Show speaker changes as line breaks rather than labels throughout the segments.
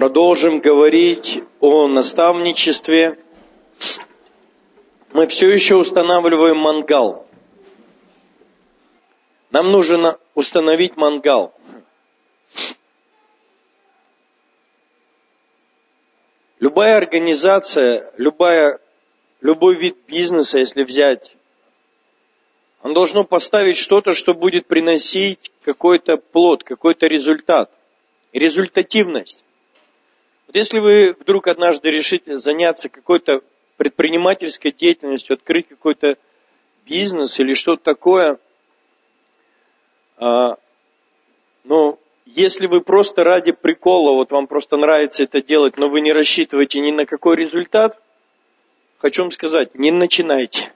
Продолжим говорить о наставничестве. Мы все еще устанавливаем мангал. Нам нужно установить мангал. Любая организация, любой вид бизнеса, если взять, он должен поставить что-то, что будет приносить какой-то плод, какой-то результат. Результативность. Вот если вы вдруг однажды решите заняться какой-то предпринимательской деятельностью, открыть какой-то бизнес или что-то такое, но если вы просто ради прикола, вот вам просто нравится это делать, но вы не рассчитываете ни на какой результат, хочу вам сказать, не начинайте.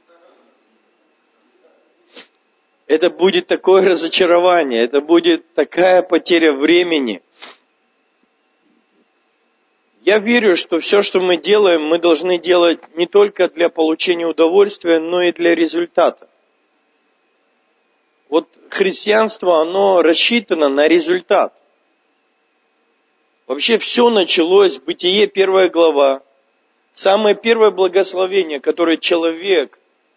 Это будет такое разочарование, это будет такая потеря времени. Я верю, что все, что мы делаем, мы должны делать не только для получения удовольствия, но и для результата. Вот христианство, оно рассчитано на результат. Вообще все началось, Бытие 1 глава. Самое первое благословение, которое человек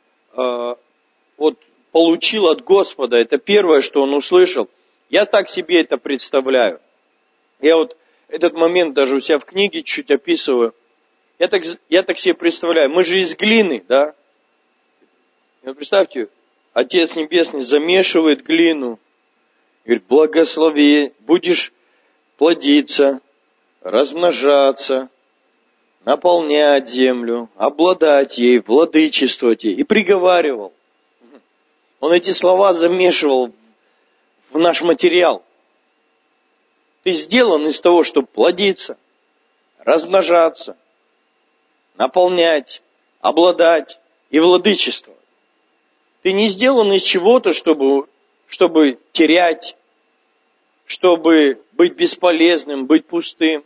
получил от Господа, это первое, что он услышал. Я так себе это представляю. Я вот этот момент даже у себя в книге чуть описываю. Я так себе представляю. Мы же из глины, да? И вот представьте, Отец Небесный замешивает глину. Говорит, благослови, будешь плодиться, размножаться, наполнять землю, обладать ей, владычествовать ей. И приговаривал. Он эти слова замешивал в наш материал. Ты сделан из того, чтобы плодиться, размножаться, наполнять, обладать и владычествовать. Ты не сделан из чего-то, чтобы терять, чтобы быть бесполезным, быть пустым.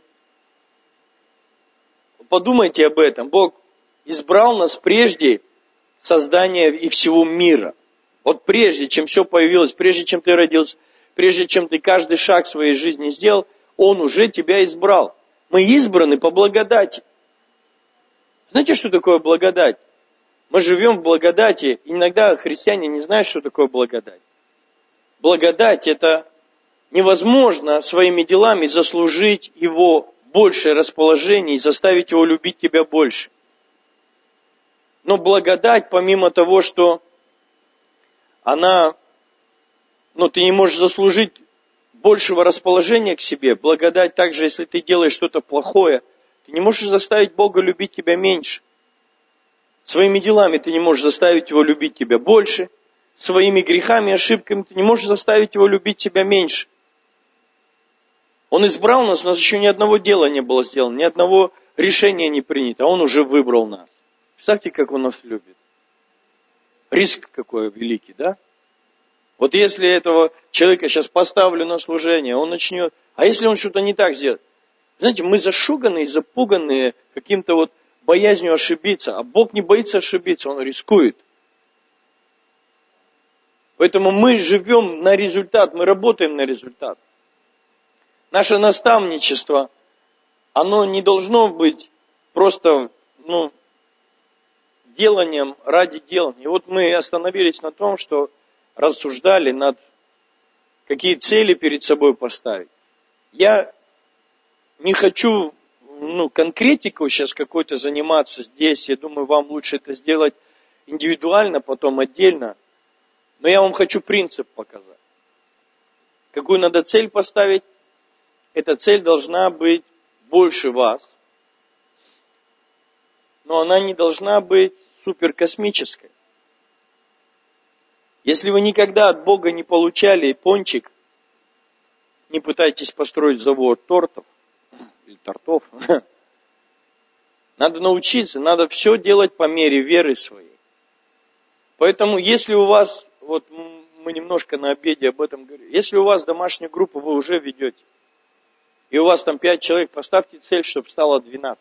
Подумайте об этом. Бог избрал нас прежде создания и всего мира. Вот прежде, чем все появилось, прежде, чем ты родился, прежде, чем ты каждый шаг в своей жизни сделал, Он уже тебя избрал. Мы избраны по благодати. Знаете, что такое благодать? Мы живем в благодати. Иногда христиане не знают, что такое благодать. Благодать – это невозможно своими делами заслужить Его большее расположение и заставить Его любить тебя больше. Но благодать, помимо того, что ты не можешь заслужить большего расположения к себе. Благодать также, если ты делаешь что-то плохое, ты не можешь заставить Бога любить тебя меньше. Своими делами ты не можешь заставить Его любить тебя больше. Своими грехами и ошибками ты не можешь заставить Его любить тебя меньше. Он избрал нас, у нас еще ни одного дела не было сделано, ни одного решения не принято, а Он уже выбрал нас. Представьте, как Он нас любит. Риск какой великий, да? Вот если этого человека сейчас поставлю на служение, он начнет... А если он что-то не так сделает? Знаете, мы зашуганные, запуганные каким-то боязнью ошибиться. А Бог не боится ошибиться, Он рискует. Поэтому мы живем на результат, мы работаем на результат. Наше наставничество, оно не должно быть просто деланием ради делания. И вот мы остановились на том, что рассуждали над какие цели перед собой поставить. Я не хочу конкретику сейчас какой-то заниматься здесь. Я думаю, вам лучше это сделать индивидуально, потом отдельно. Но я вам хочу принцип показать. Какую надо цель поставить? Эта цель должна быть больше вас. Но она не должна быть суперкосмической. Если вы никогда от Бога не получали пончик, не пытайтесь построить завод тортов или тортов. Надо научиться, надо все делать по мере веры своей. Поэтому, если у вас, мы немножко на обеде об этом говорили, если у вас домашнюю группу вы уже ведете, и у вас там 5 человек, поставьте цель, чтобы стало 12.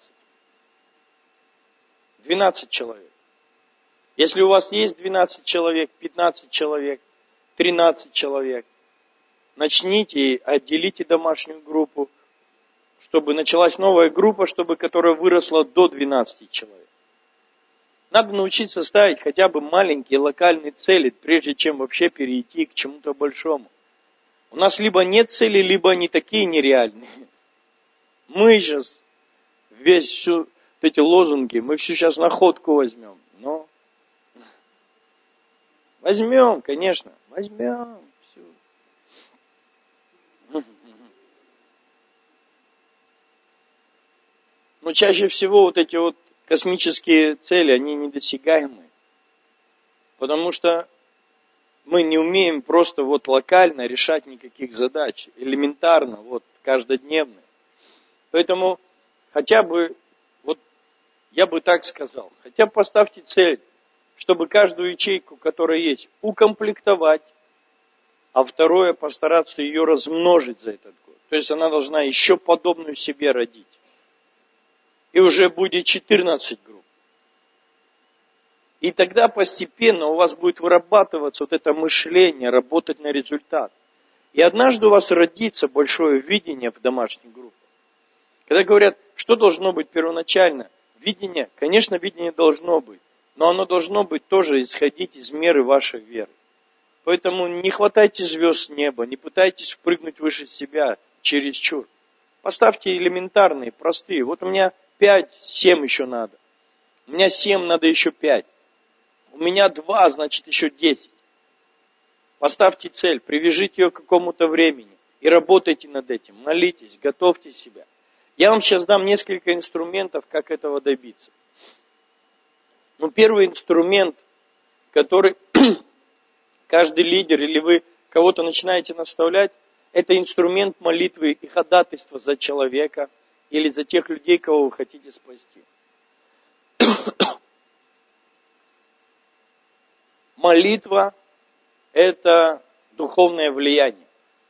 12 человек. Если у вас есть 12 человек, 15 человек, 13 человек, начните и отделите домашнюю группу, чтобы началась новая группа, которая выросла до 12 человек. Надо научиться ставить хотя бы маленькие локальные цели, прежде чем вообще перейти к чему-то большому. У нас либо нет цели, либо они такие нереальные. Мы сейчас вот эти лозунги, мы все сейчас находку возьмем. Но возьмем, конечно, возьмем. Все. Но чаще всего вот эти вот космические цели, они недосягаемы. Потому что мы не умеем просто вот локально решать никаких задач. Элементарно, вот каждодневно. Поэтому хотя бы, вот я бы так сказал, хотя бы поставьте цель, чтобы каждую ячейку, которая есть, укомплектовать, а второе, постараться ее размножить за этот год. То есть она должна еще подобную себе родить. И уже будет 14 групп. И тогда постепенно у вас будет вырабатываться вот это мышление, работать на результат. И однажды у вас родится большое видение в домашней группе. Когда говорят, что должно быть первоначально, видение, конечно, видение должно быть, но оно должно быть тоже исходить из меры вашей веры. Поэтому не хватайте звезд с неба, не пытайтесь прыгнуть выше себя чересчур. Поставьте элементарные, простые. Вот у меня 5, 7 еще надо. У меня 7, надо еще 5. У меня 2, значит еще 10. Поставьте цель, привяжите ее к какому-то времени и работайте над этим. Молитесь, готовьте себя. Я вам сейчас дам несколько инструментов, как этого добиться. Ну, первый инструмент, который каждый лидер или вы кого-то начинаете наставлять, это инструмент молитвы и ходатайства за человека или за тех людей, кого вы хотите спасти. Молитва – это духовное влияние.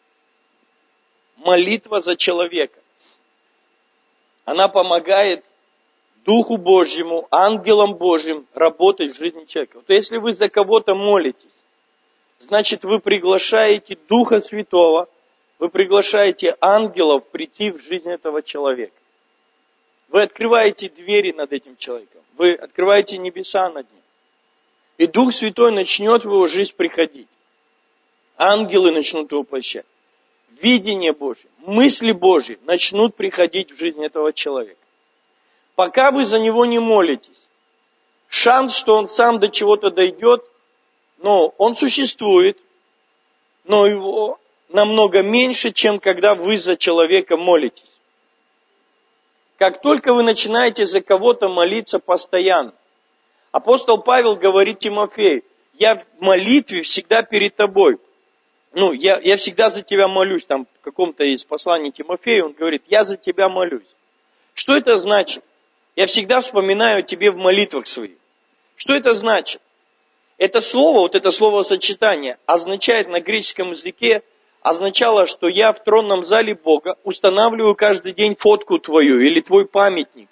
Молитва за человека. Она помогает Духу Божьему, ангелам Божьим работать в жизни человека. Вот если вы за кого-то молитесь, значит вы приглашаете Духа Святого, вы приглашаете ангелов прийти в жизнь этого человека. Вы открываете двери над этим человеком, вы открываете небеса над ним. И Дух Святой начнет в его жизнь приходить. Ангелы начнут его воплощать. Видение Божье, мысли Божьи начнут приходить в жизнь этого человека. Пока вы за него не молитесь, шанс, что он сам до чего-то дойдет, но он существует, но его намного меньше, чем когда вы за человека молитесь. Как только вы начинаете за кого-то молиться постоянно, апостол Павел говорит Тимофею, я в молитве всегда перед тобой. Я всегда за тебя молюсь. Там в каком-то из посланий Тимофею он говорит, я за тебя молюсь. Что это значит? Я всегда вспоминаю о тебе в молитвах своих. Что это значит? Это слово, вот это словосочетание означает на греческом языке, означало, что я в тронном зале Бога устанавливаю каждый день фотку твою или твой памятник.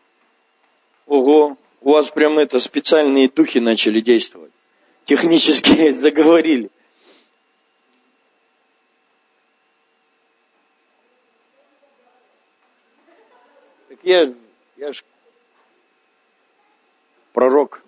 Ого, у вас прям специальные духи начали действовать. Технически заговорили. Так я ж пророк.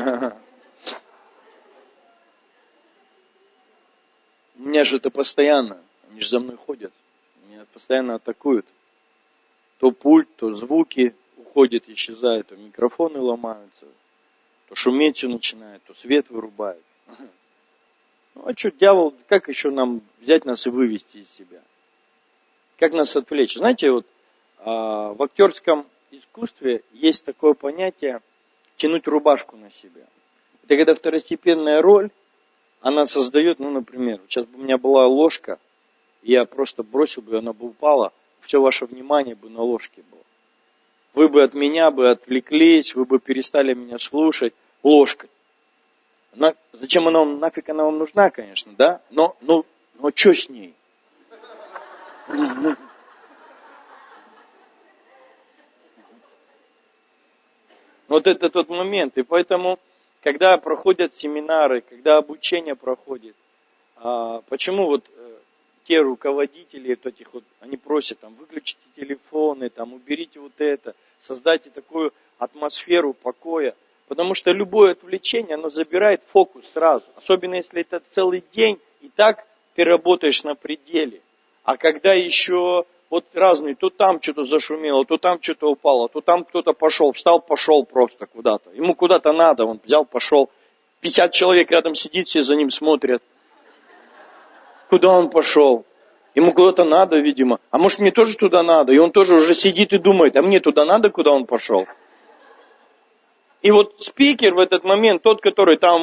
У меня же это постоянно. Они же за мной ходят. Меня постоянно атакуют. То пульт, то звуки уходят, исчезают, то микрофоны ломаются, то шуметь все начинает, то свет вырубает. Ну а что, дьявол, как еще нам взять нас и вывести из себя? Как нас отвлечь? Знаете, вот в актерском искусстве есть такое понятие тянуть рубашку на себя. Это когда второстепенная роль, она создает, например, сейчас бы у меня была ложка, я просто бросил бы, она бы упала, все ваше внимание бы на ложке было. Вы бы от меня бы отвлеклись, вы бы перестали меня слушать ложкой. Зачем она вам, нафиг она вам нужна, конечно, да? Но что с ней? Вот это тот момент. И поэтому, когда проходят семинары, когда обучение проходит, почему те руководители вот этих вот, они просят, там, выключите телефоны, там, уберите вот это, создайте такую атмосферу покоя. Потому что любое отвлечение, оно забирает фокус сразу. Особенно если это целый день, и так ты работаешь на пределе. А когда еще вот разные, то там что-то зашумело, то там что-то упало, то там кто-то пошел, встал, пошел просто куда-то. Ему куда-то надо, он взял, пошел. 50 человек рядом сидит, все за ним смотрят. Куда он пошел? Ему куда-то надо, видимо. А может, мне тоже туда надо? И он тоже уже сидит и думает, а мне туда надо, куда он пошел? И вот спикер в этот момент, тот, который там,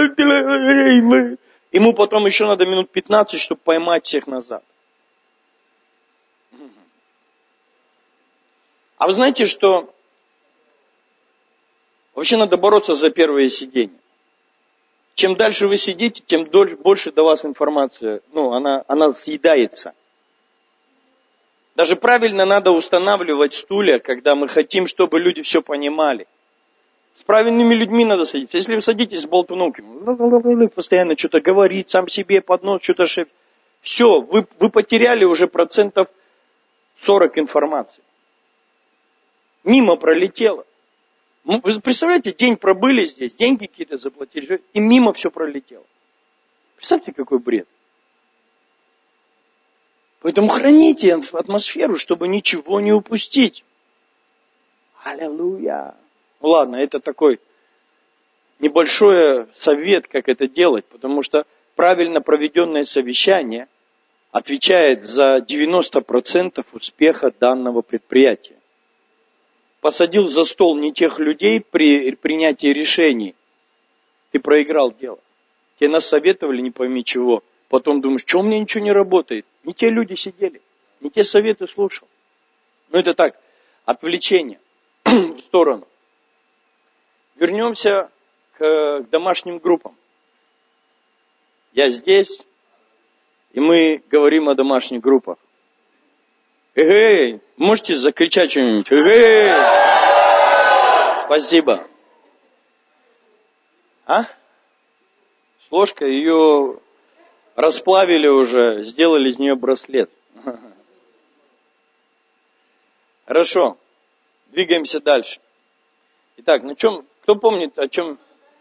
ему потом еще надо минут 15, чтобы поймать всех назад. А вы знаете, что вообще надо бороться за первое сидение. Чем дальше вы сидите, тем больше до вас информация, она съедается. Даже правильно надо устанавливать стулья, когда мы хотим, чтобы люди все понимали. С правильными людьми надо садиться. Если вы садитесь с болтуном, постоянно что-то говорит, сам себе под нос, что-то шепчет. Все, вы потеряли уже 40% информации. Мимо пролетело. Вы представляете, день пробыли здесь, деньги какие-то заплатили, и мимо все пролетело. Представьте, какой бред. Поэтому храните атмосферу, чтобы ничего не упустить. Аллилуйя. Ладно, это такой небольшой совет, как это делать, потому что правильно проведенное совещание отвечает за 90% успеха данного предприятия. Посадил за стол не тех людей при принятии решений, ты проиграл дело. Тебе нас советовали, не пойми чего. Потом думаешь, что у меня ничего не работает. Не те люди сидели, не те советы слушал. Это так, отвлечение в сторону. Вернемся к домашним группам. Я здесь, и мы говорим о домашних группах. Эгей, можете закричать что-нибудь? Эгей! Спасибо. С ложкой ее расплавили уже, сделали из нее браслет. Хорошо, двигаемся дальше. Итак, кто помнит, о чем?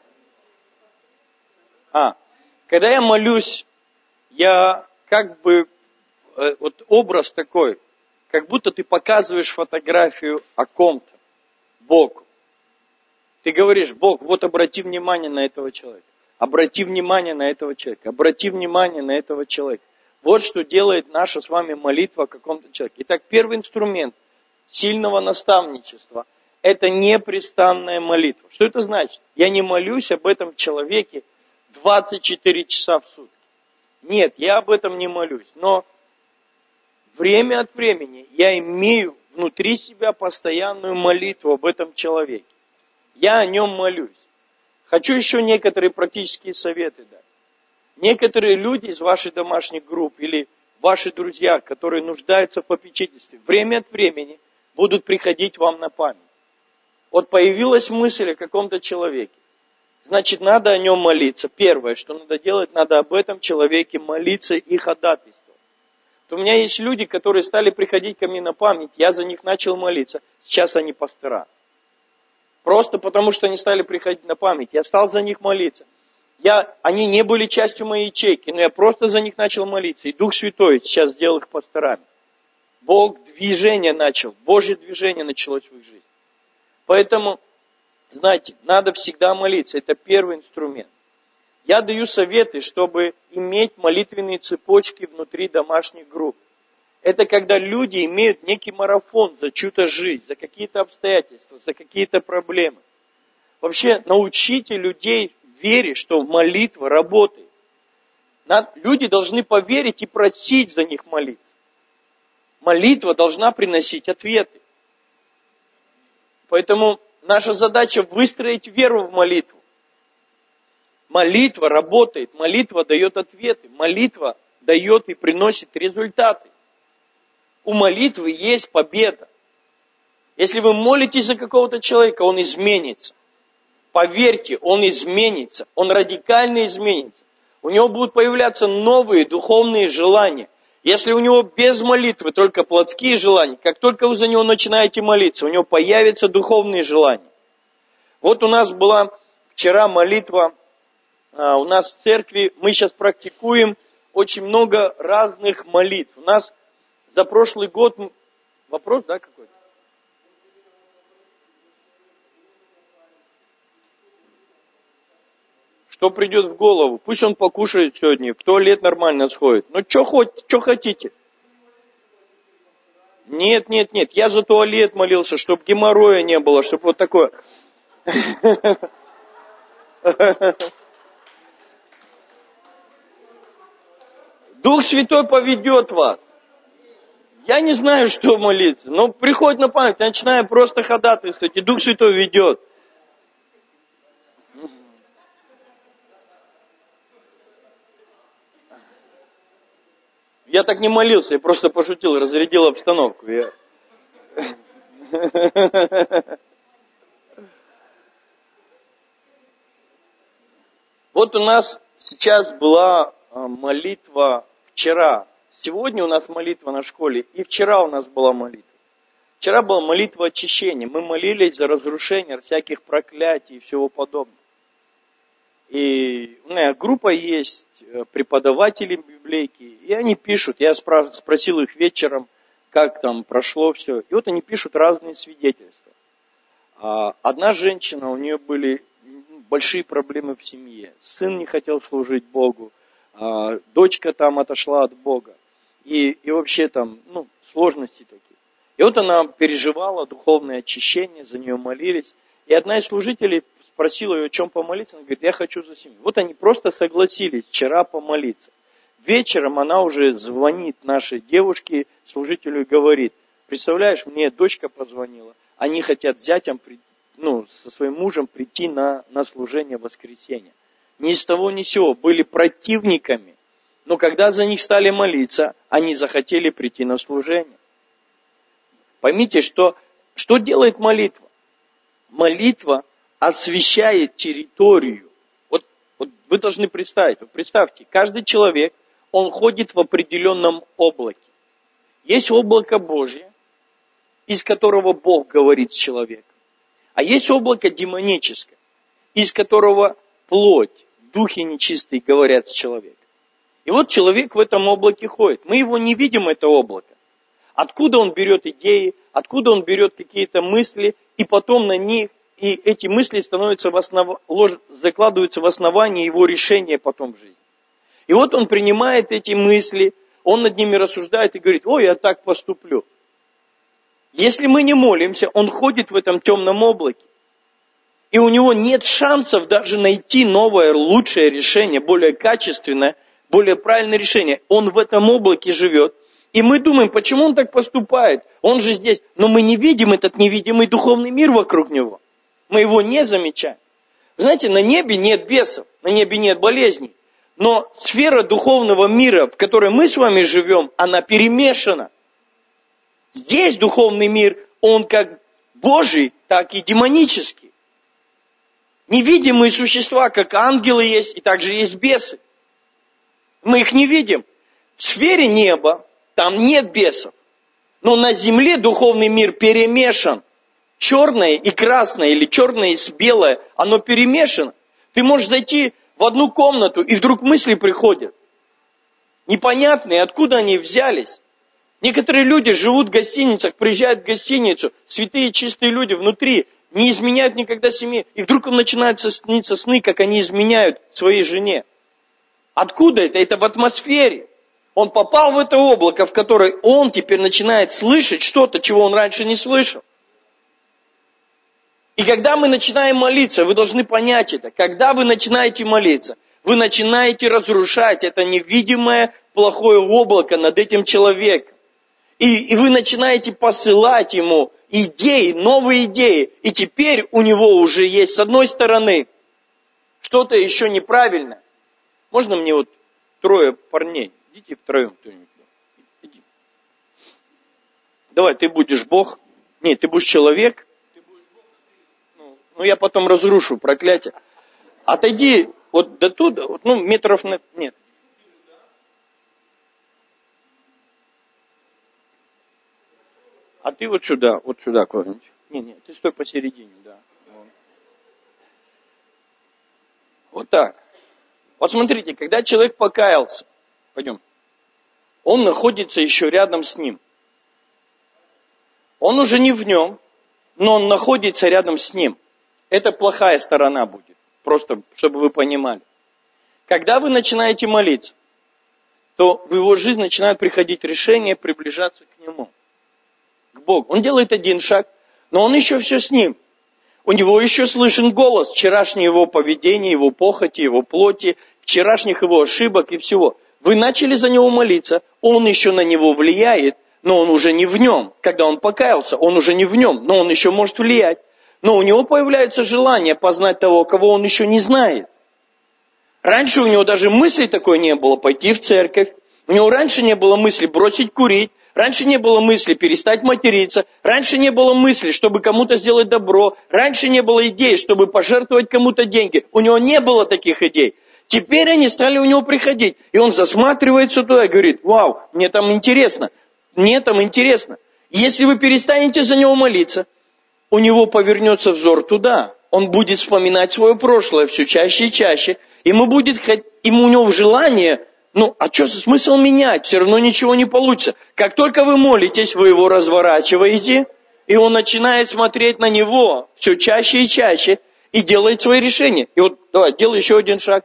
Когда я молюсь, я вот образ такой, как будто ты показываешь фотографию о ком-то, Богу. Ты говоришь, Бог, вот обрати внимание на этого человека. Обрати внимание на этого человека. Обрати внимание на этого человека. Вот что делает наша с вами молитва о каком-то человеке. Итак, первый инструмент сильного наставничества – это непрестанная молитва. Что это значит? Я не молюсь об этом человеке 24 часа в сутки. Нет, я об этом не молюсь. Но время от времени я имею внутри себя постоянную молитву об этом человеке. Я о нем молюсь. Хочу еще некоторые практические советы дать. Некоторые люди из вашей домашних групп или ваши друзья, которые нуждаются в попечительстве, время от времени будут приходить вам на память. Вот появилась мысль о каком-то человеке. Значит, надо о нем молиться. Первое, что надо делать, надо об этом человеке молиться и ходатайствовать. У меня есть люди, которые стали приходить ко мне на память, я за них начал молиться. Сейчас они пастора. Просто потому, что они стали приходить на память. Я стал за них молиться. Они не были частью моей ячейки, но я просто за них начал молиться. И Дух Святой сейчас сделал их пасторами. Бог движение начал, Божье движение началось в их жизни. Поэтому, знаете, надо всегда молиться. Это первый инструмент. Я даю советы, чтобы иметь молитвенные цепочки внутри домашних групп. Это когда люди имеют некий марафон за чью-то жизнь, за какие-то обстоятельства, за какие-то проблемы. Вообще научите людей верить, что молитва работает. Люди должны поверить и просить за них молиться. Молитва должна приносить ответы. Поэтому наша задача выстроить веру в молитву. Молитва работает, молитва дает ответы, молитва дает и приносит результаты. У молитвы есть победа. Если вы молитесь за какого-то человека, он изменится. Поверьте, он изменится, он радикально изменится. У него будут появляться новые духовные желания. Если у него без молитвы только плотские желания, как только вы за него начинаете молиться, у него появятся духовные желания. Вот у нас была вчера молитва, у нас в церкви, мы сейчас практикуем очень много разных молитв. У нас за прошлый год, вопрос, да, какой-то? Что придет в голову? Пусть он покушает сегодня, в туалет нормально сходит. Ну, что хотите? Нет, я за туалет молился, чтобы геморроя не было, чтобы вот такое. Дух Святой поведет вас. Я не знаю, что молиться, но приходит на память, я начинаю просто ходатайствовать, и Дух Святой ведет. Я так не молился, я просто пошутил, разрядил обстановку. Вот у нас сейчас была молитва вчера. Сегодня у нас молитва на школе, и вчера у нас была молитва. Вчера была молитва очищения. Мы молились за разрушение всяких проклятий и всего подобного. И у меня группа есть, преподаватели библейки, и они пишут, я спросил их вечером, как там прошло все, и вот они пишут разные свидетельства. Одна женщина, у нее были большие проблемы в семье, сын не хотел служить Богу, дочка там отошла от Бога, и вообще там, сложности такие. И вот она переживала духовное очищение, за нее молились, и одна из служителей спросила ее, о чем помолиться. Она говорит, я хочу за семью. Вот они просто согласились вчера помолиться. Вечером она уже звонит нашей девушке, служителю, и говорит, представляешь, мне дочка позвонила, они хотят зятям, со своим мужем прийти на служение в воскресенье. Ни с того ни с сего, были противниками, но когда за них стали молиться, они захотели прийти на служение. Поймите, что делает молитва? Молитва освещает территорию. Вот вы должны представить, представьте, каждый человек, он ходит в определенном облаке. Есть облако Божье, из которого Бог говорит с человеком. А есть облако демоническое, из которого плоть, духи нечистые говорят с человеком. И вот человек в этом облаке ходит. Мы его не видим, это облако. Откуда он берет идеи, откуда он берет какие-то мысли, и потом на них, и эти мысли закладываются в основание его решения потом в жизни. И вот он принимает эти мысли, он над ними рассуждает и говорит, я так поступлю. Если мы не молимся, он ходит в этом темном облаке. И у него нет шансов даже найти новое, лучшее решение, более качественное, более правильное решение. Он в этом облаке живет. И мы думаем, почему он так поступает? Он же здесь. Но мы не видим этот невидимый духовный мир вокруг него. Мы его не замечаем. Вы знаете, на небе нет бесов, на небе нет болезней. Но сфера духовного мира, в которой мы с вами живем, она перемешана. Здесь духовный мир, он как Божий, так и демонический. Невидимые существа, как ангелы есть, и также есть бесы. Мы их не видим. В сфере неба там нет бесов. Но на земле духовный мир перемешан. Черное и красное, или черное и белое, оно перемешано. Ты можешь зайти в одну комнату, и вдруг мысли приходят. Непонятные, откуда они взялись. Некоторые люди живут в гостиницах, приезжают в гостиницу, святые чистые люди внутри, не изменяют никогда семье. И вдруг им начинают сниться сны, как они изменяют своей жене. Откуда это? Это в атмосфере. Он попал в это облако, в которое он теперь начинает слышать что-то, чего он раньше не слышал. И когда мы начинаем молиться, вы должны понять это. Когда вы начинаете молиться, вы начинаете разрушать это невидимое плохое облако над этим человеком. И вы начинаете посылать ему идеи, новые идеи. И теперь у него уже есть, с одной стороны, что-то еще неправильное. Можно мне 3 парней? Идите втроем кто-нибудь. Иди. Давай, ты будешь Бог. Нет, ты будешь человек. Я потом разрушу проклятие. Отойди до туда, метров нет. А ты вот сюда куда-нибудь. Не, ты стой посередине, да. Вот так. Вот смотрите, когда человек покаялся, пойдем, он находится еще рядом с ним. Он уже не в нем, но он находится рядом с ним. Это плохая сторона будет, просто чтобы вы понимали. Когда вы начинаете молиться, то в его жизнь начинают приходить решения приближаться к нему, к Богу. Он делает один шаг, но он еще все с ним. У него еще слышен голос вчерашнего его поведения, его похоти, его плоти, вчерашних его ошибок и всего. Вы начали за него молиться, он еще на него влияет, но он уже не в нем. Когда он покаялся, он уже не в нем, но он еще может влиять. Но у него появляется желание познать того, кого он еще не знает. Раньше у него даже мысли такой не было, пойти в церковь. У него раньше не было мысли бросить курить. Раньше не было мысли перестать материться. Раньше не было мысли, чтобы кому-то сделать добро. Раньше не было идей, чтобы пожертвовать кому-то деньги. У него не было таких идей. Теперь они стали у него приходить. И он засматривается туда и говорит: вау, мне там интересно. Мне там интересно. И если вы перестанете за него молиться, у него повернется взор туда. Он будет вспоминать свое прошлое все чаще и чаще. Ему у него желание, а что за смысл менять? Все равно ничего не получится. Как только вы молитесь, вы его разворачиваете, и он начинает смотреть на него все чаще и чаще, и делает свои решения. И вот, давай, делай еще один шаг,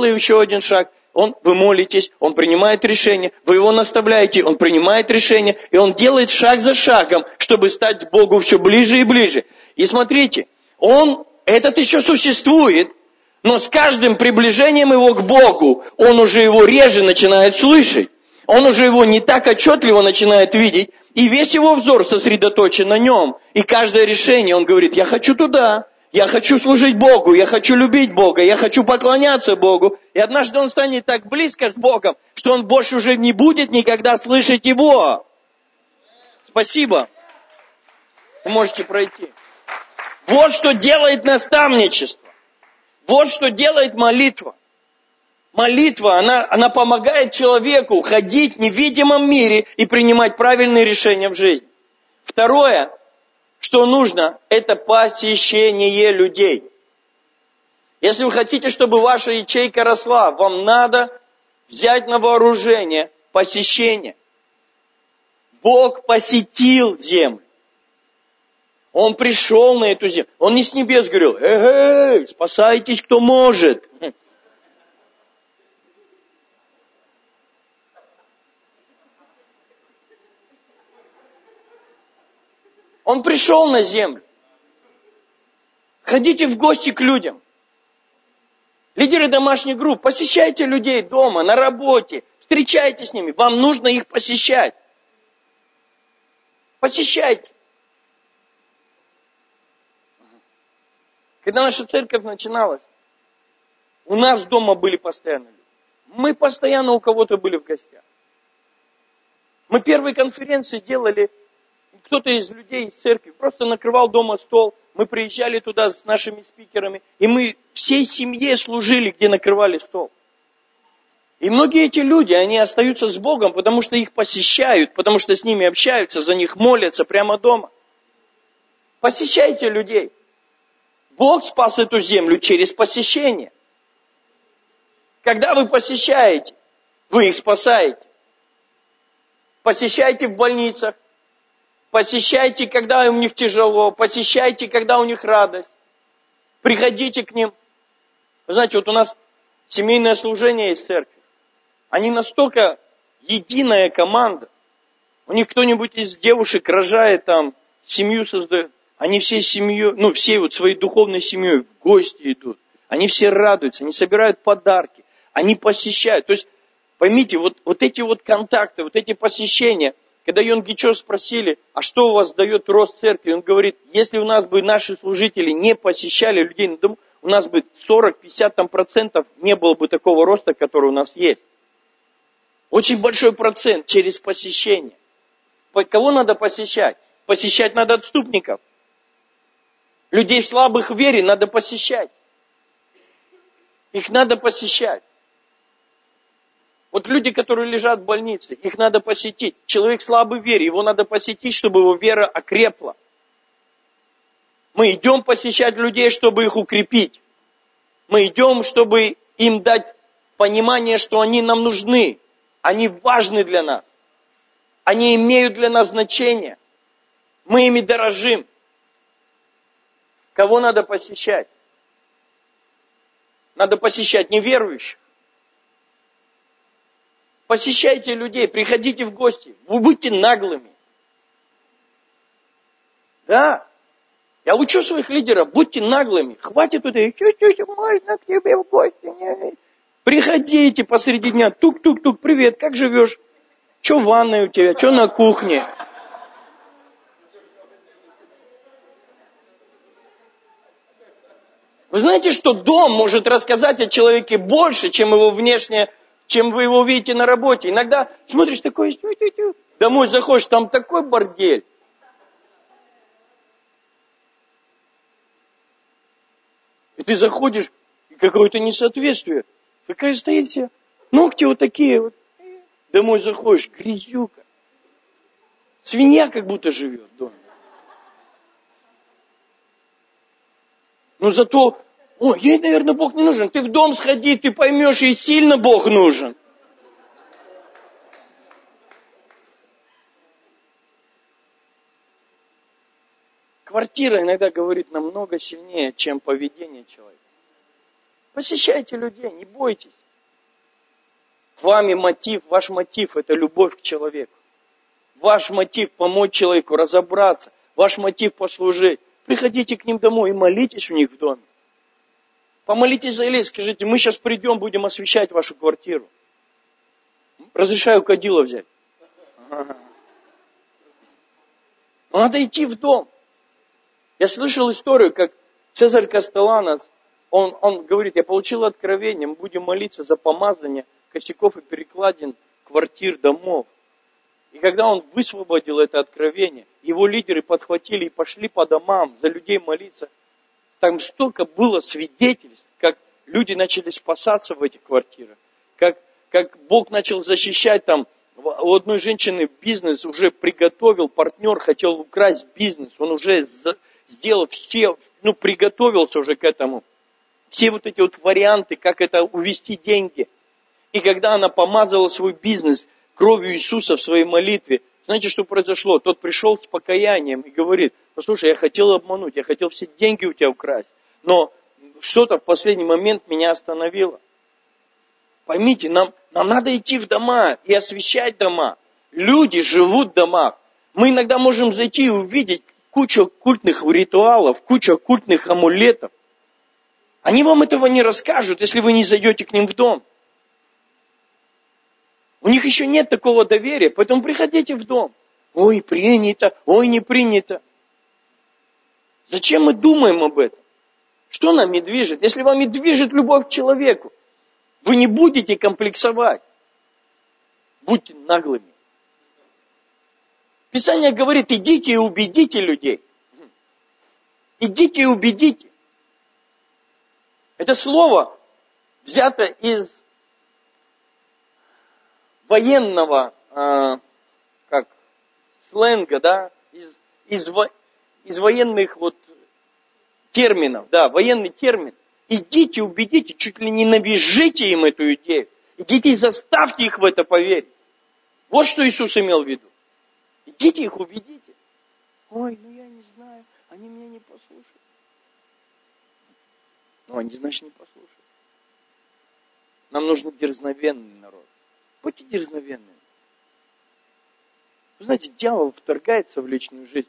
вы молитесь, он принимает решение, вы его наставляете, он принимает решение, и он делает шаг за шагом, чтобы стать к Богу все ближе и ближе. И смотрите, этот еще существует, но с каждым приближением его к Богу, он уже его реже начинает слышать. Он уже его не так отчетливо начинает видеть, и весь его взор сосредоточен на нем. И каждое решение он говорит: я хочу туда, я хочу служить Богу, я хочу любить Бога, я хочу поклоняться Богу. И однажды он станет так близко с Богом, что он больше уже не будет никогда слышать его. Спасибо. Вы можете пройти. Вот что делает наставничество. Вот что делает молитва. Молитва, она помогает человеку ходить в невидимом мире и принимать правильные решения в жизни. Второе, что нужно, это посещение людей. Если вы хотите, чтобы ваша ячейка росла, вам надо взять на вооружение посещение. Бог посетил землю. Он пришел на эту землю. Он не с небес говорил: эй, спасайтесь, кто может. Он пришел на землю. Ходите в гости к людям. Лидеры домашних групп, посещайте людей дома, на работе, встречайтесь с ними. Вам нужно их посещать. Посещайте. Когда наша церковь начиналась, у нас дома были постоянно люди. Мы постоянно у кого-то были в гостях. Мы первые конференции делали, кто-то из людей из церкви просто накрывал дома стол, мы приезжали туда с нашими спикерами, и мы всей семье служили, где накрывали стол. И многие эти люди, они остаются с Богом, потому что их посещают, потому что с ними общаются, за них молятся прямо дома. Посещайте людей. Бог спас эту землю через посещение. Когда вы посещаете, вы их спасаете. Посещайте в больницах. Посещайте, когда у них тяжело. Посещайте, когда у них радость. Приходите к ним. Вы знаете, вот у нас семейное служение есть в церкви. Они настолько единая команда. У них кто-нибудь из девушек рожает там, семью создает. Они всей семьей, всей вот своей духовной семьей в гости идут. Они все радуются, они собирают подарки, они посещают. То есть, поймите, вот эти вот контакты, вот эти посещения, когда Йонгичо спросили, а что у вас дает рост церкви? Он говорит: если у нас бы наши служители не посещали людей на дому, у нас бы 40-50% не было бы такого роста, который у нас есть. Очень большой процент через посещение. Кого надо посещать? Посещать надо отступников. Людей слабых в вере надо посещать. Их надо посещать. Вот люди, которые лежат в больнице, их надо посетить. Человек слабый в вере, его надо посетить, чтобы его вера окрепла. Мы идем посещать людей, чтобы их укрепить. Мы идем, чтобы им дать понимание, что они нам нужны. Они важны для нас. Они имеют для нас значение. Мы ими дорожим. Кого надо посещать? Надо посещать неверующих. Посещайте людей, приходите в гости. Вы будьте наглыми. Да. Я учу своих лидеров, будьте наглыми. Хватит тут, можно к тебе в гости? Приходите посреди дня, тук-тук-тук, привет, как живешь? Что в ванной у тебя, что на кухне? Вы знаете, что дом может рассказать о человеке больше, чем его внешнее, чем вы его видите на работе. Иногда смотришь такой, домой заходишь, там такой бордель. И ты заходишь, и какое-то несоответствие. Какая стоит себе, ногти вот такие вот. Домой заходишь, грязюка. Свинья как будто живет в доме. Но зато, ей, наверное, Бог не нужен. Ты в дом сходи, ты поймешь, и сильно Бог нужен. Квартира иногда говорит намного сильнее, чем поведение человека. Посещайте людей, не бойтесь. Ваш мотив – это любовь к человеку. Ваш мотив – помочь человеку разобраться. Ваш мотив – послужить. Приходите к ним домой и молитесь у них в доме. Помолитесь за Илью, скажите, мы сейчас придем, будем освещать вашу квартиру. Разрешаю кадила взять. Но надо идти в дом. Я слышал историю, как Цезарь Кастелланос, он говорит, я получил откровение, мы будем молиться за помазание косяков и перекладин квартир, домов. И когда он высвободил это откровение, его лидеры подхватили и пошли по домам за людей молиться. Там столько было свидетельств, как люди начали спасаться в этих квартирах, как Бог начал защищать там. У одной женщины бизнес уже приготовил, партнер хотел украсть бизнес, он уже сделал все, приготовился уже к этому. Все вот эти вот варианты, как это увести деньги. И когда она помазала свой бизнес кровью Иисуса в своей молитве, знаете, что произошло? Тот пришел с покаянием и говорит, послушай, я хотел обмануть, я хотел все деньги у тебя украсть, но что-то в последний момент меня остановило. Поймите, нам надо идти в дома и освещать дома. Люди живут в домах. Мы иногда можем зайти и увидеть кучу оккультных ритуалов, кучу оккультных амулетов. Они вам этого не расскажут, если вы не зайдете к ним в дом. У них еще нет такого доверия, поэтому приходите в дом. Ой, принято, ой, не принято. Зачем мы думаем об этом? Что нами движет? Если вами движет любовь к человеку, вы не будете комплексовать. Будьте наглыми. Писание говорит, идите и убедите людей. Идите и убедите. Это слово взято из военного, сленга, да, из военных терминов, да, военный термин. Идите, убедите, чуть ли не навяжите им эту идею. Идите и заставьте их в это поверить. Вот что Иисус имел в виду. Идите их убедите. Ой, я не знаю, они меня не послушают. Они, значит, не послушают. Нам нужен дерзновенный народ. Будьте дерзновенными. Вы знаете, дьявол вторгается в личную жизнь.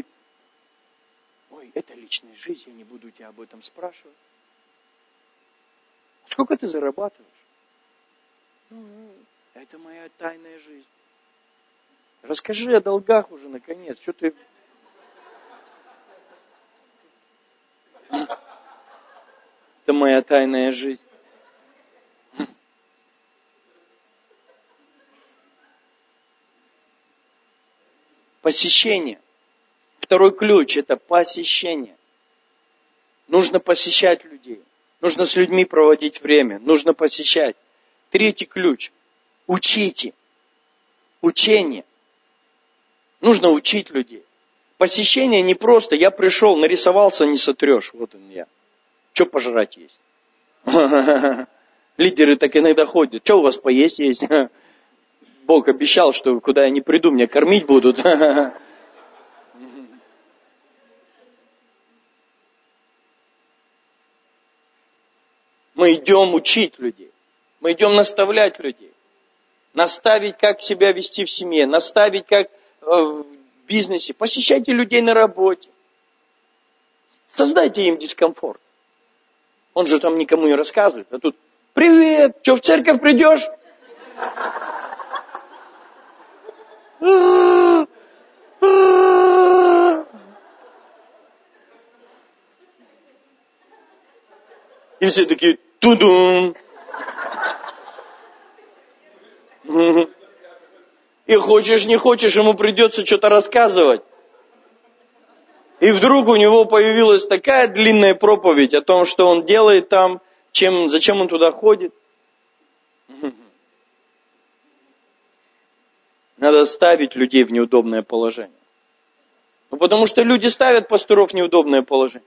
Это личная жизнь, я не буду тебя об этом спрашивать. Сколько ты зарабатываешь? Это моя тайная жизнь. Расскажи о долгах уже, наконец. Что ты... Это моя тайная жизнь. Посещение. Второй ключ – это посещение. Нужно посещать людей. Нужно с людьми проводить время. Нужно посещать. Третий ключ Учите. Учение. Нужно учить людей. Посещение не просто. Я пришел, нарисовался, не сотрешь. Вот он я. Что пожрать есть? Лидеры так иногда ходят. Что у вас поесть есть? Бог обещал, что куда я не приду, меня кормить будут. Мы идем учить людей. Мы идем наставлять людей. Наставить, как себя вести в семье. Наставить, как в бизнесе. Посещайте людей на работе. Создайте им дискомфорт. Он же там никому не рассказывает. А тут, привет, что, в церковь придешь? И все такие, тудум. И хочешь, не хочешь, ему придется что-то рассказывать. И вдруг у него появилась такая длинная проповедь о том, что он делает там, зачем он туда ходит. Надо ставить людей в неудобное положение. Ну, потому что люди ставят пасторов в неудобное положение.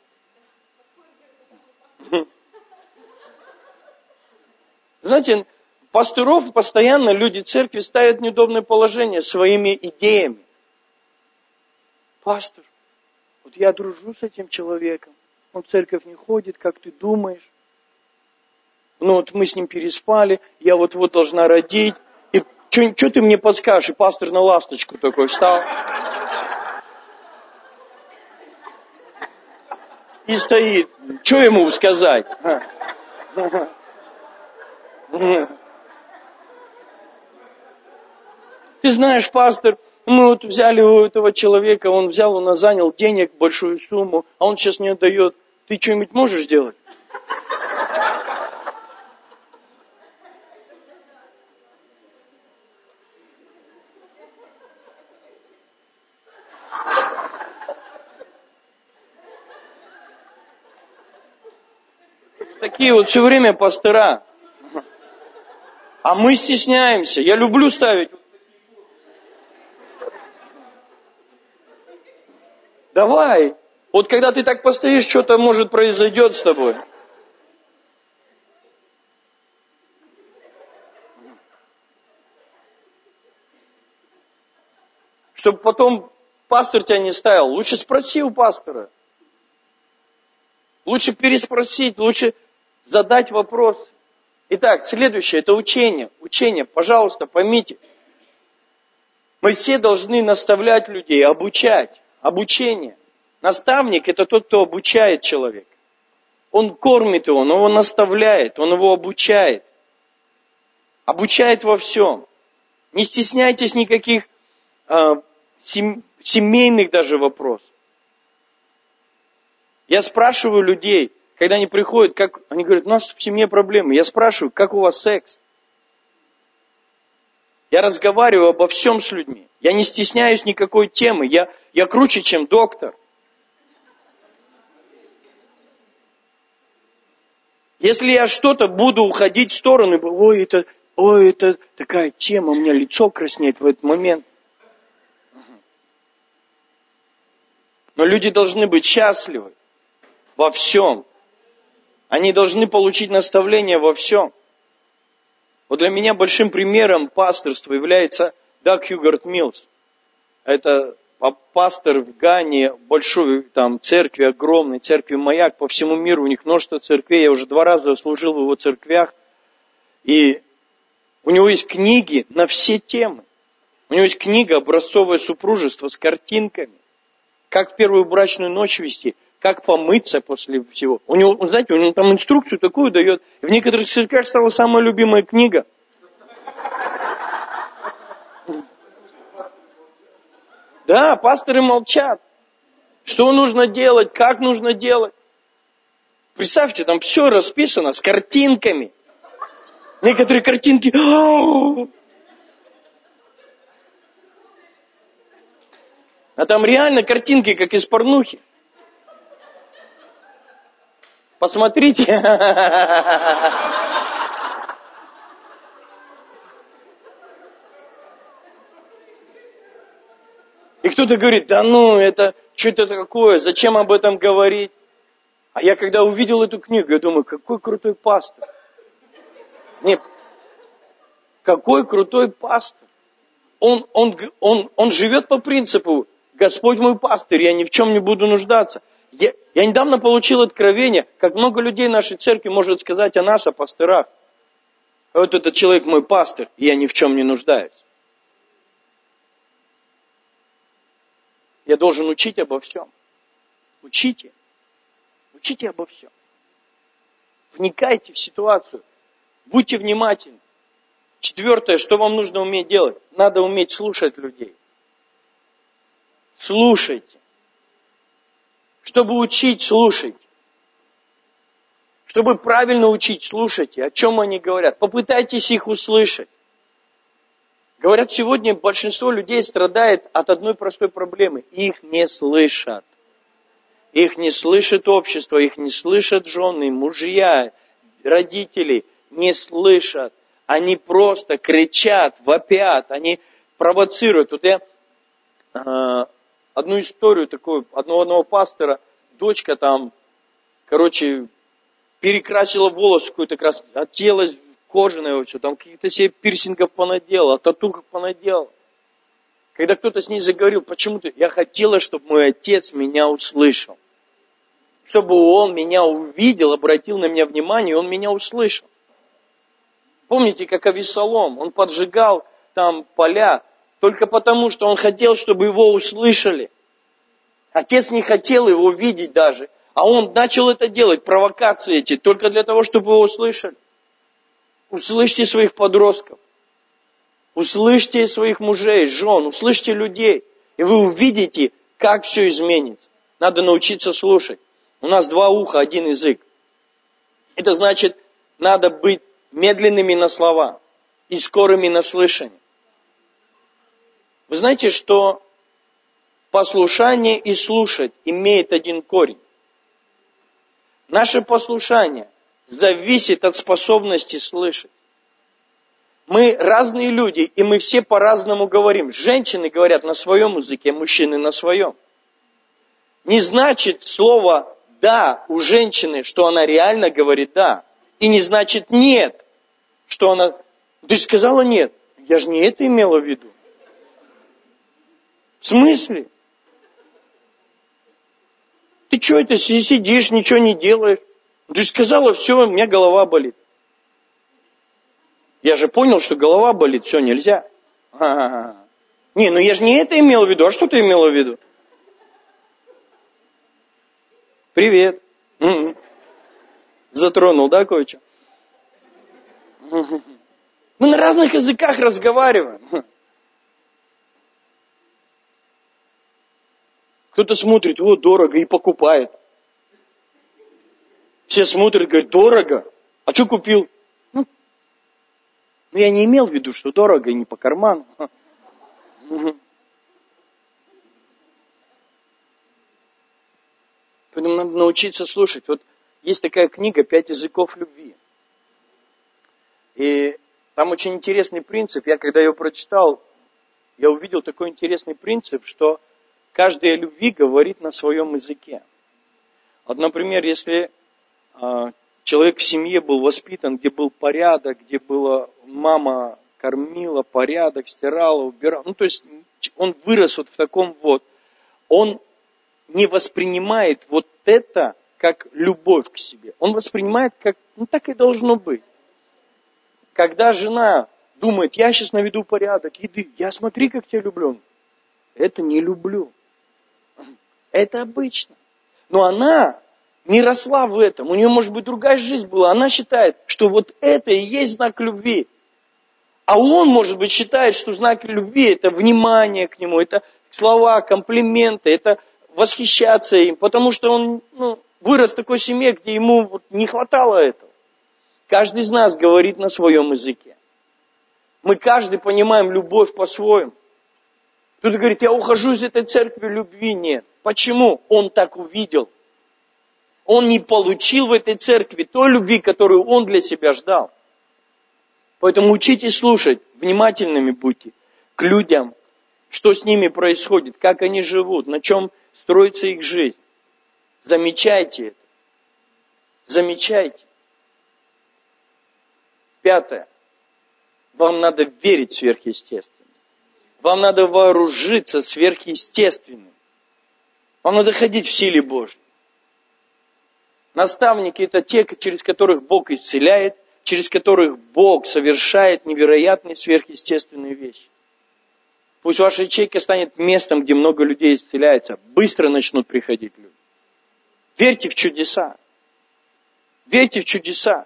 Знаете, пасторов постоянно люди церкви ставят в неудобное положение своими идеями. Пастор, вот я дружу с этим человеком, он в церковь не ходит, как ты думаешь? Ну вот мы с ним переспали, я вот-вот должна родить. И что ты мне подскажешь? И пастор на ласточку такой встал. И стоит. Что ему сказать? Ты знаешь, пастор, мы вот взяли у этого человека, он взял у нас, занял денег, большую сумму, а он сейчас не отдает. Ты что-нибудь можешь сделать? Такие вот все время пастора. А мы стесняемся. Я люблю ставить. Давай. Вот когда ты так постоишь, что-то может произойдет с тобой. Чтобы потом пастор тебя не ставил. Лучше спроси у пастора. Лучше переспросить, лучше задать вопрос. Итак, следующее, это учение. Учение, пожалуйста, поймите. Мы все должны наставлять людей, обучать. Обучение. Наставник – это тот, кто обучает человека. Он кормит его, он его наставляет, он его обучает. Обучает во всем. Не стесняйтесь никаких семейных даже вопросов. Я спрашиваю людей, когда они приходят, они говорят, у нас в семье проблемы. Я спрашиваю, как у вас секс? Я разговариваю обо всем с людьми. Я не стесняюсь никакой темы. Я круче, чем доктор. Если я что-то буду уходить в сторону, это такая тема, у меня лицо краснеет в этот момент. Но люди должны быть счастливы во всем. Они должны получить наставление во всем. Вот для меня большим примером пасторства является Даг Хьюгарт Миллс. Это пастор в Гане, большой там церкви, огромной церкви «Маяк» по всему миру. У них множество церквей. Я уже 2 раза служил в его церквях. И у него есть книги на все темы. У него есть книга «Образцовое супружество» с картинками. Как в первую брачную ночь вести, как помыться после всего. У него, знаете, у него там инструкцию такую дает. В некоторых церквях стала самая любимая книга. Да, пасторы молчат. Что нужно делать, как нужно делать. Представьте, там все расписано с картинками. Некоторые картинки... А там реально картинки, как из порнухи. Посмотрите. Кто-то говорит, да ну, это что-то такое, зачем об этом говорить? А я когда увидел эту книгу, я думаю, какой крутой пастор. Нет, какой крутой пастор. Он живет по принципу, Господь мой пастырь, я ни в чем не буду нуждаться. Я недавно получил откровение, как много людей в нашей церкви может сказать о нас, о пастырах. Вот этот человек мой пастырь, и я ни в чем не нуждаюсь. Я должен учить обо всем. Учите. Учите обо всем. Вникайте в ситуацию. Будьте внимательны. 4, что вам нужно уметь делать? Надо уметь слушать людей. Слушайте. Чтобы учить, слушайте. Чтобы правильно учить, слушайте, о чем они говорят. Попытайтесь их услышать. Говорят, сегодня большинство людей страдает от одной простой проблемы. Их не слышат. Их не слышит общество, их не слышат жены, мужья, родители. Не слышат. Они просто кричат, вопят, они провоцируют. Вот я одну историю такую, одного пастора, дочка там, перекрасила волосы какой-то красный, оделась кожаное все, там каких-то себе пирсингов понаделала, татухов понаделала. Когда кто-то с ней заговорил, почему-то я хотела, чтобы мой отец меня услышал. Чтобы он меня увидел, обратил на меня внимание, и он меня услышал. Помните, как Авессалом, он поджигал там поля, только потому, что он хотел, чтобы его услышали. Отец не хотел его видеть даже, а он начал это делать, провокации эти, только для того, чтобы его услышали. Услышьте своих подростков, услышьте своих мужей, жен, услышьте людей, и вы увидите, как все изменится. Надо научиться слушать. У нас 2 уха, 1 язык. Это значит, надо быть медленными на слова и скорыми на слышание. Вы знаете, что послушание и слушать имеет один корень. Наше послушание зависит от способности слышать. Мы разные люди, и мы все по-разному говорим. Женщины говорят на своем языке, мужчины на своем. Не значит слово «да» у женщины, что она реально говорит «да». И не значит «нет», что она... Ты же сказала «нет». Я же не это имела в виду. В смысле? Ты что это сидишь, ничего не делаешь? Ты же сказала, все, у меня голова болит. Я же понял, что голова болит, все, нельзя. Не, ну я же не это имел в виду, а что ты имела в виду? Привет. Затронул, да, кое-что? Мы на разных языках разговариваем. Кто-то смотрит, о, дорого, и покупает. Все смотрят, говорят, дорого. А что купил? Ну, я не имел в виду, что дорого и не по карману. Поэтому надо научиться слушать. Вот есть такая книга «5 языков любви». И там очень интересный принцип. Я когда ее прочитал, я увидел такой интересный принцип, что каждый о любви говорит на своем языке. Вот, например, если человек в семье был воспитан, где был порядок, где была мама кормила, порядок, стирала, убирала. Ну, то есть он вырос вот в таком вот. Он не воспринимает вот это как любовь к себе. Он воспринимает как, ну так и должно быть. Когда жена думает, я сейчас наведу порядок, еды, я смотри, как тебя люблю. Это не люблю. Это обычно. Но она не росла в этом. У нее, может быть, другая жизнь была. Она считает, что вот это и есть знак любви. А он, может быть, считает, что знак любви – это внимание к нему, это слова, комплименты, это восхищаться им. Потому что он вырос в такой семье, где ему не хватало этого. Каждый из нас говорит на своем языке. Мы каждый понимаем любовь по-своему. Кто-то говорит, я ухожу из этой церкви, любви нет. Почему? Он так увидел. Он не получил в этой церкви той любви, которую он для себя ждал. Поэтому учитесь слушать, внимательными будьте к людям что с ними происходит, как они живут, на чем строится их жизнь. Замечайте это. Замечайте. 5. Вам надо верить в сверхъестественное. Вам надо вооружиться сверхъестественным. Вам надо ходить в силе Божьей. Наставники – это те, через которых Бог исцеляет, через которых Бог совершает невероятные сверхъестественные вещи. Пусть ваша ячейка станет местом, где много людей исцеляется. Быстро начнут приходить люди. Верьте в чудеса. Верьте в чудеса.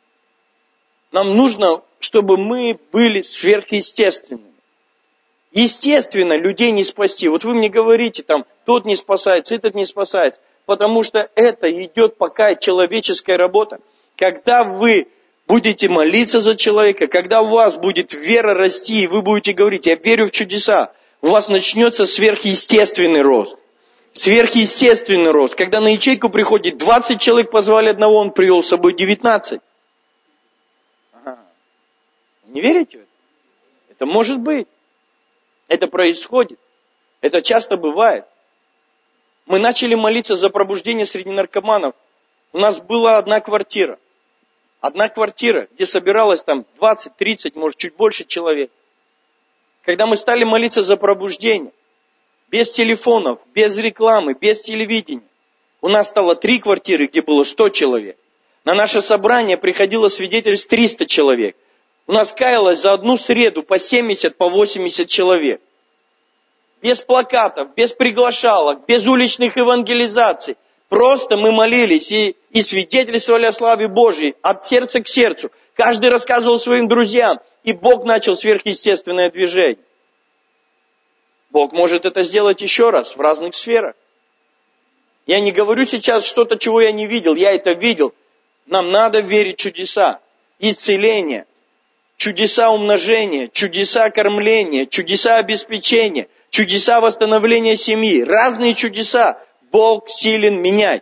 Нам нужно, чтобы мы были сверхъестественными. Естественно, людей не спасти. Вот вы мне говорите, там, тот не спасается, этот не спасается. Потому что это идет пока человеческая работа. Когда вы будете молиться за человека, когда у вас будет вера расти, и вы будете говорить, я верю в чудеса, у вас начнется сверхъестественный рост. Сверхъестественный рост. Когда на ячейку приходит 20 человек, позвали одного, он привел с собой 19. Ага. Не верите в это? Это может быть. Это происходит. Это часто бывает. Мы начали молиться за пробуждение среди наркоманов. У нас была одна квартира. Одна квартира, где собиралось там 20, 30, может чуть больше человек. Когда мы стали молиться за пробуждение, без телефонов, без рекламы, без телевидения, у нас стало 3 квартиры, где было 100 человек. На наше собрание приходило свидетельств 300 человек. У нас каялось за одну среду по 70, по 80 человек. Без плакатов, без приглашалок, без уличных евангелизаций. Просто мы молились и свидетельствовали о славе Божьей от сердца к сердцу. Каждый рассказывал своим друзьям, и Бог начал сверхъестественное движение. Бог может это сделать еще раз в разных сферах. Я не говорю сейчас что-то, чего я не видел, я это видел. Нам надо верить в чудеса, исцеления, чудеса умножения, чудеса кормления, чудеса обеспечения, чудеса восстановления семьи, разные чудеса. Бог силен менять.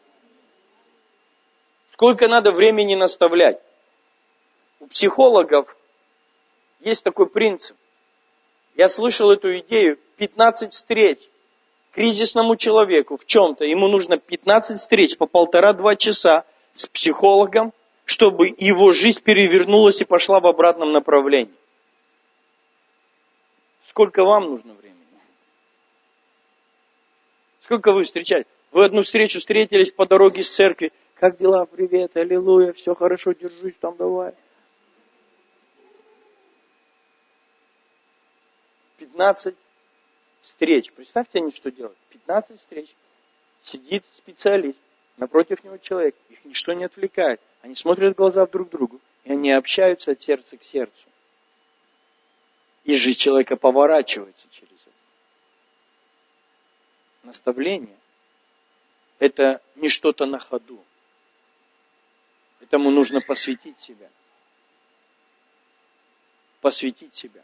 Сколько надо времени наставлять? У психологов есть такой принцип. Я слышал эту идею. 15 встреч кризисному человеку в чем-то. Ему нужно 15 встреч по 1,5-2 часа с психологом, чтобы его жизнь перевернулась и пошла в обратном направлении. Сколько вам нужно времени? Сколько вы встречаете? Вы одну встречу встретились по дороге с церкви. Как дела? Привет, аллилуйя, все хорошо, держусь там, давай. 15 встреч. Представьте, они что делают? 15 встреч. Сидит специалист, напротив него человек. Их ничто не отвлекает. Они смотрят в глаза друг другу, и они общаются от сердца к сердцу. И жизнь человека поворачивается через это. Наставление – это не что-то на ходу. Этому нужно посвятить себя. Посвятить себя.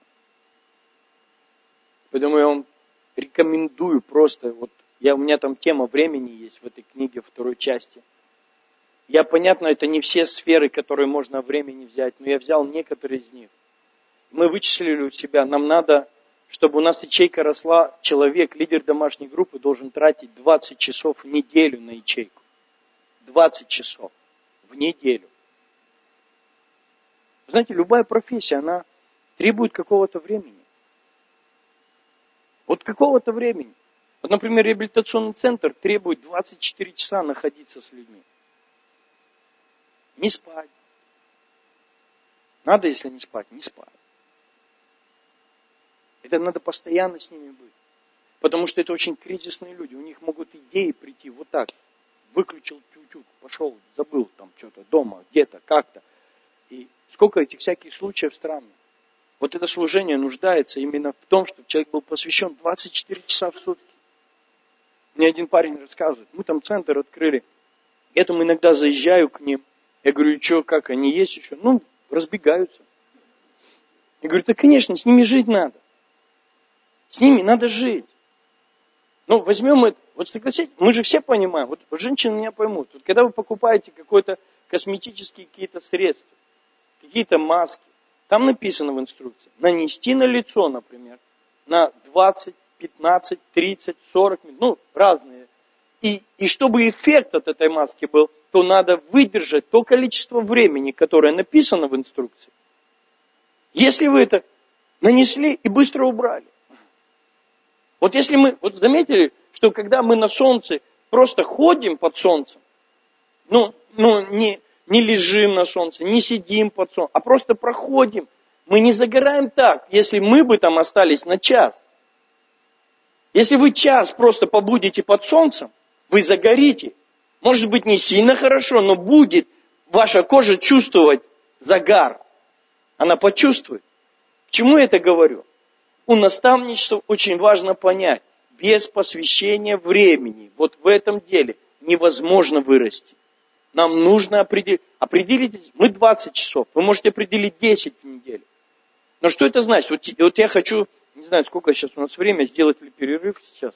Поэтому я вам рекомендую просто, у меня там тема времени есть в этой книге, второй части. Понятно, это не все сферы, которые можно времени взять, но я взял некоторые из них. Мы вычислили у себя, нам надо, чтобы у нас ячейка росла, человек, лидер домашней группы, должен тратить 20 часов в неделю на ячейку. 20 часов в неделю. Знаете, любая профессия, она требует какого-то времени. Вот какого-то времени. Вот, например, реабилитационный центр требует 24 часа находиться с людьми. Не спать. Надо, если не спать, не спать. Это надо постоянно с ними быть. Потому что это очень кризисные люди. У них могут идеи прийти вот так. Выключил тютюк, пошел, забыл там что-то дома, где-то, как-то. И сколько этих всяких случаев странных. Вот это служение нуждается именно в том, чтобы человек был посвящен 24 часа в сутки. Мне один парень рассказывает, мы там центр открыли. Я там иногда заезжаю к ним. Я говорю, что, как, они есть еще? Разбегаются. Я говорю, да, конечно, с ними жить надо. С ними надо жить. Возьмем это. Вот согласитесь, мы же все понимаем, вот женщины меня поймут. Вот когда вы покупаете какой-то косметические какие-то средства, какие-то маски, там написано в инструкции, нанести на лицо, например, на 20, 15, 30, 40 минут, разные. И чтобы эффект от этой маски был, то надо выдержать то количество времени, которое написано в инструкции. Если вы это нанесли и быстро убрали. Вот если мы, заметили, что когда мы на солнце просто ходим под солнцем, не лежим на солнце, не сидим под солнцем, а просто проходим, мы не загораем так, если мы бы там остались на час. Если вы час просто побудете под солнцем, вы загорите. Может быть, не сильно хорошо, но будет ваша кожа чувствовать загар. Она почувствует. К чему я это говорю? У наставничества очень важно понять, без посвящения времени, вот в этом деле невозможно вырасти. Нам нужно определить, мы 20 часов, вы можете определить 10 в неделю. Но что это значит? Вот я хочу, не знаю, сколько сейчас у нас время, сделать ли перерыв сейчас?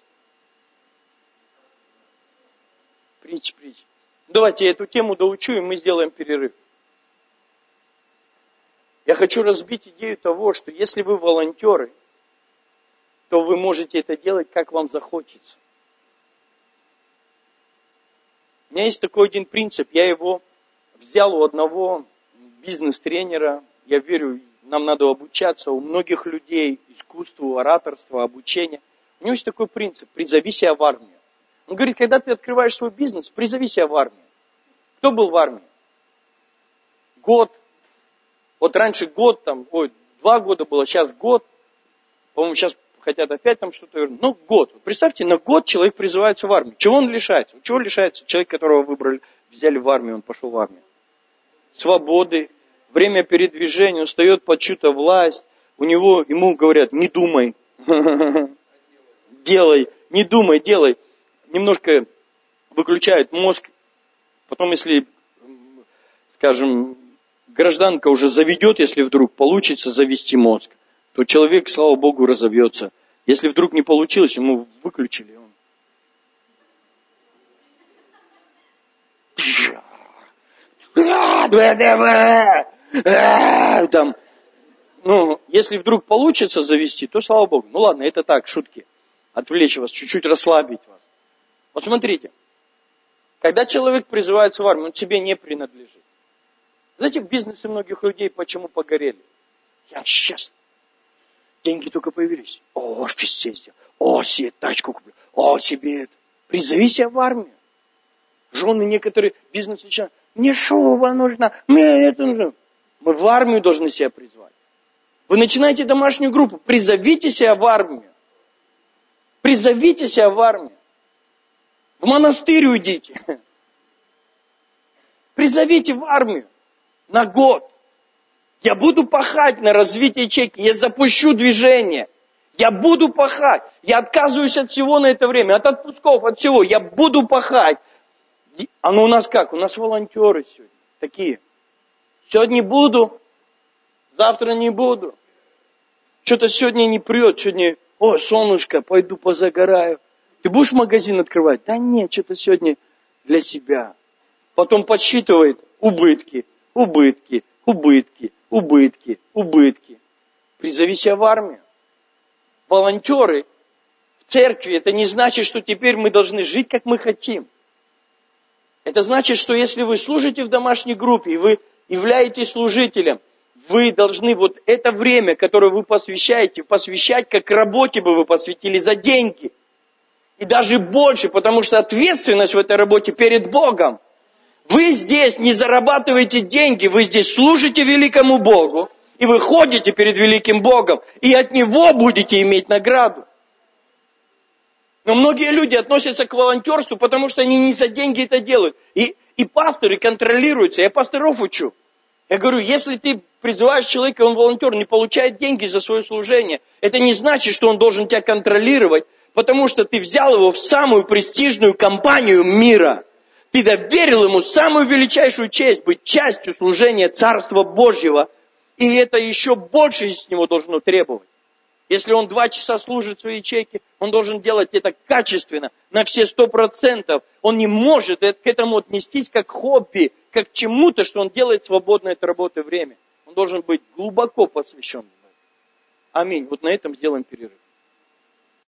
Притча. Давайте я эту тему доучу, и мы сделаем перерыв. Я хочу разбить идею того, что если вы волонтеры, то вы можете это делать, как вам захочется. У меня есть такой один принцип, я его взял у одного бизнес-тренера, я верю, нам надо обучаться, у многих людей искусству, ораторству, обучению. У него есть такой принцип, призови себя в армию. Он говорит, когда ты открываешь свой бизнес, призови себя в армию. Кто был в армии? Год. Вот раньше год, 2 года было, сейчас год. По-моему, сейчас хотят опять там что-то вернуть. Год. Представьте, на год человек призывается в армию. Чего он лишается? Чего лишается человек, которого взяли в армию, он пошел в армию? Свободы, время передвижения, он встает под чью-то власть. Ему говорят, не думай. Делай, не думай, делай. Немножко выключают мозг. Потом, если, скажем, гражданка уже заведет, если вдруг получится завести мозг, то человек, слава Богу, разовьется. Если вдруг не получилось, ему выключили. Если вдруг получится завести, то слава Богу. Ладно, это так, шутки. Отвлечь вас, чуть-чуть расслабить вас. Вот смотрите, когда человек призывается в армию, он тебе не принадлежит. Знаете, бизнесы многих людей почему погорели? Я сейчас, деньги только появились. Офис съездил, себе тачку куплю, себе это. Призови себя в армию. Жены некоторые бизнес начинают, мне шуба нужна, мне это нужно. Мы в армию должны себя призвать. Вы начинаете домашнюю группу, призовите себя в армию. Призовите себя в армию. В монастырь уйдите. Призовите в армию на год. Я буду пахать на развитие ячейки. Я запущу движение. Я буду пахать. Я отказываюсь от всего на это время. От отпусков, от всего. Я буду пахать. У нас как? У нас волонтеры сегодня. Такие. Сегодня буду. Завтра не буду. Что-то сегодня не прет. Сегодня, солнышко, пойду позагораю. Ты будешь магазин открывать? Да нет, что-то сегодня для себя. Потом подсчитывает убытки. Призови себя в армию. Волонтеры в церкви, это не значит, что теперь мы должны жить, как мы хотим. Это значит, что если вы служите в домашней группе, и вы являетесь служителем, вы должны вот это время, которое вы посвящаете, посвящать, как работе бы вы посвятили за деньги. И даже больше, потому что ответственность в этой работе перед Богом. Вы здесь не зарабатываете деньги, вы здесь служите великому Богу, и вы ходите перед великим Богом, и от Него будете иметь награду. Но многие люди относятся к волонтерству, потому что они не за деньги это делают. И пасторы контролируются, я пасторов учу. Я говорю, если ты призываешь человека, он волонтер, не получает деньги за свое служение, это не значит, что он должен тебя контролировать, потому что ты взял его в самую престижную компанию мира. Ты доверил ему самую величайшую честь быть частью служения Царства Божьего. И это еще больше из него должно требовать. Если он 2 часа служит своей ячейке, он должен делать это качественно, на все 100%. Он не может к этому отнестись как хобби, как к чему-то, что он делает свободное от работы время. Он должен быть глубоко посвящен. Аминь. Вот на этом сделаем перерыв.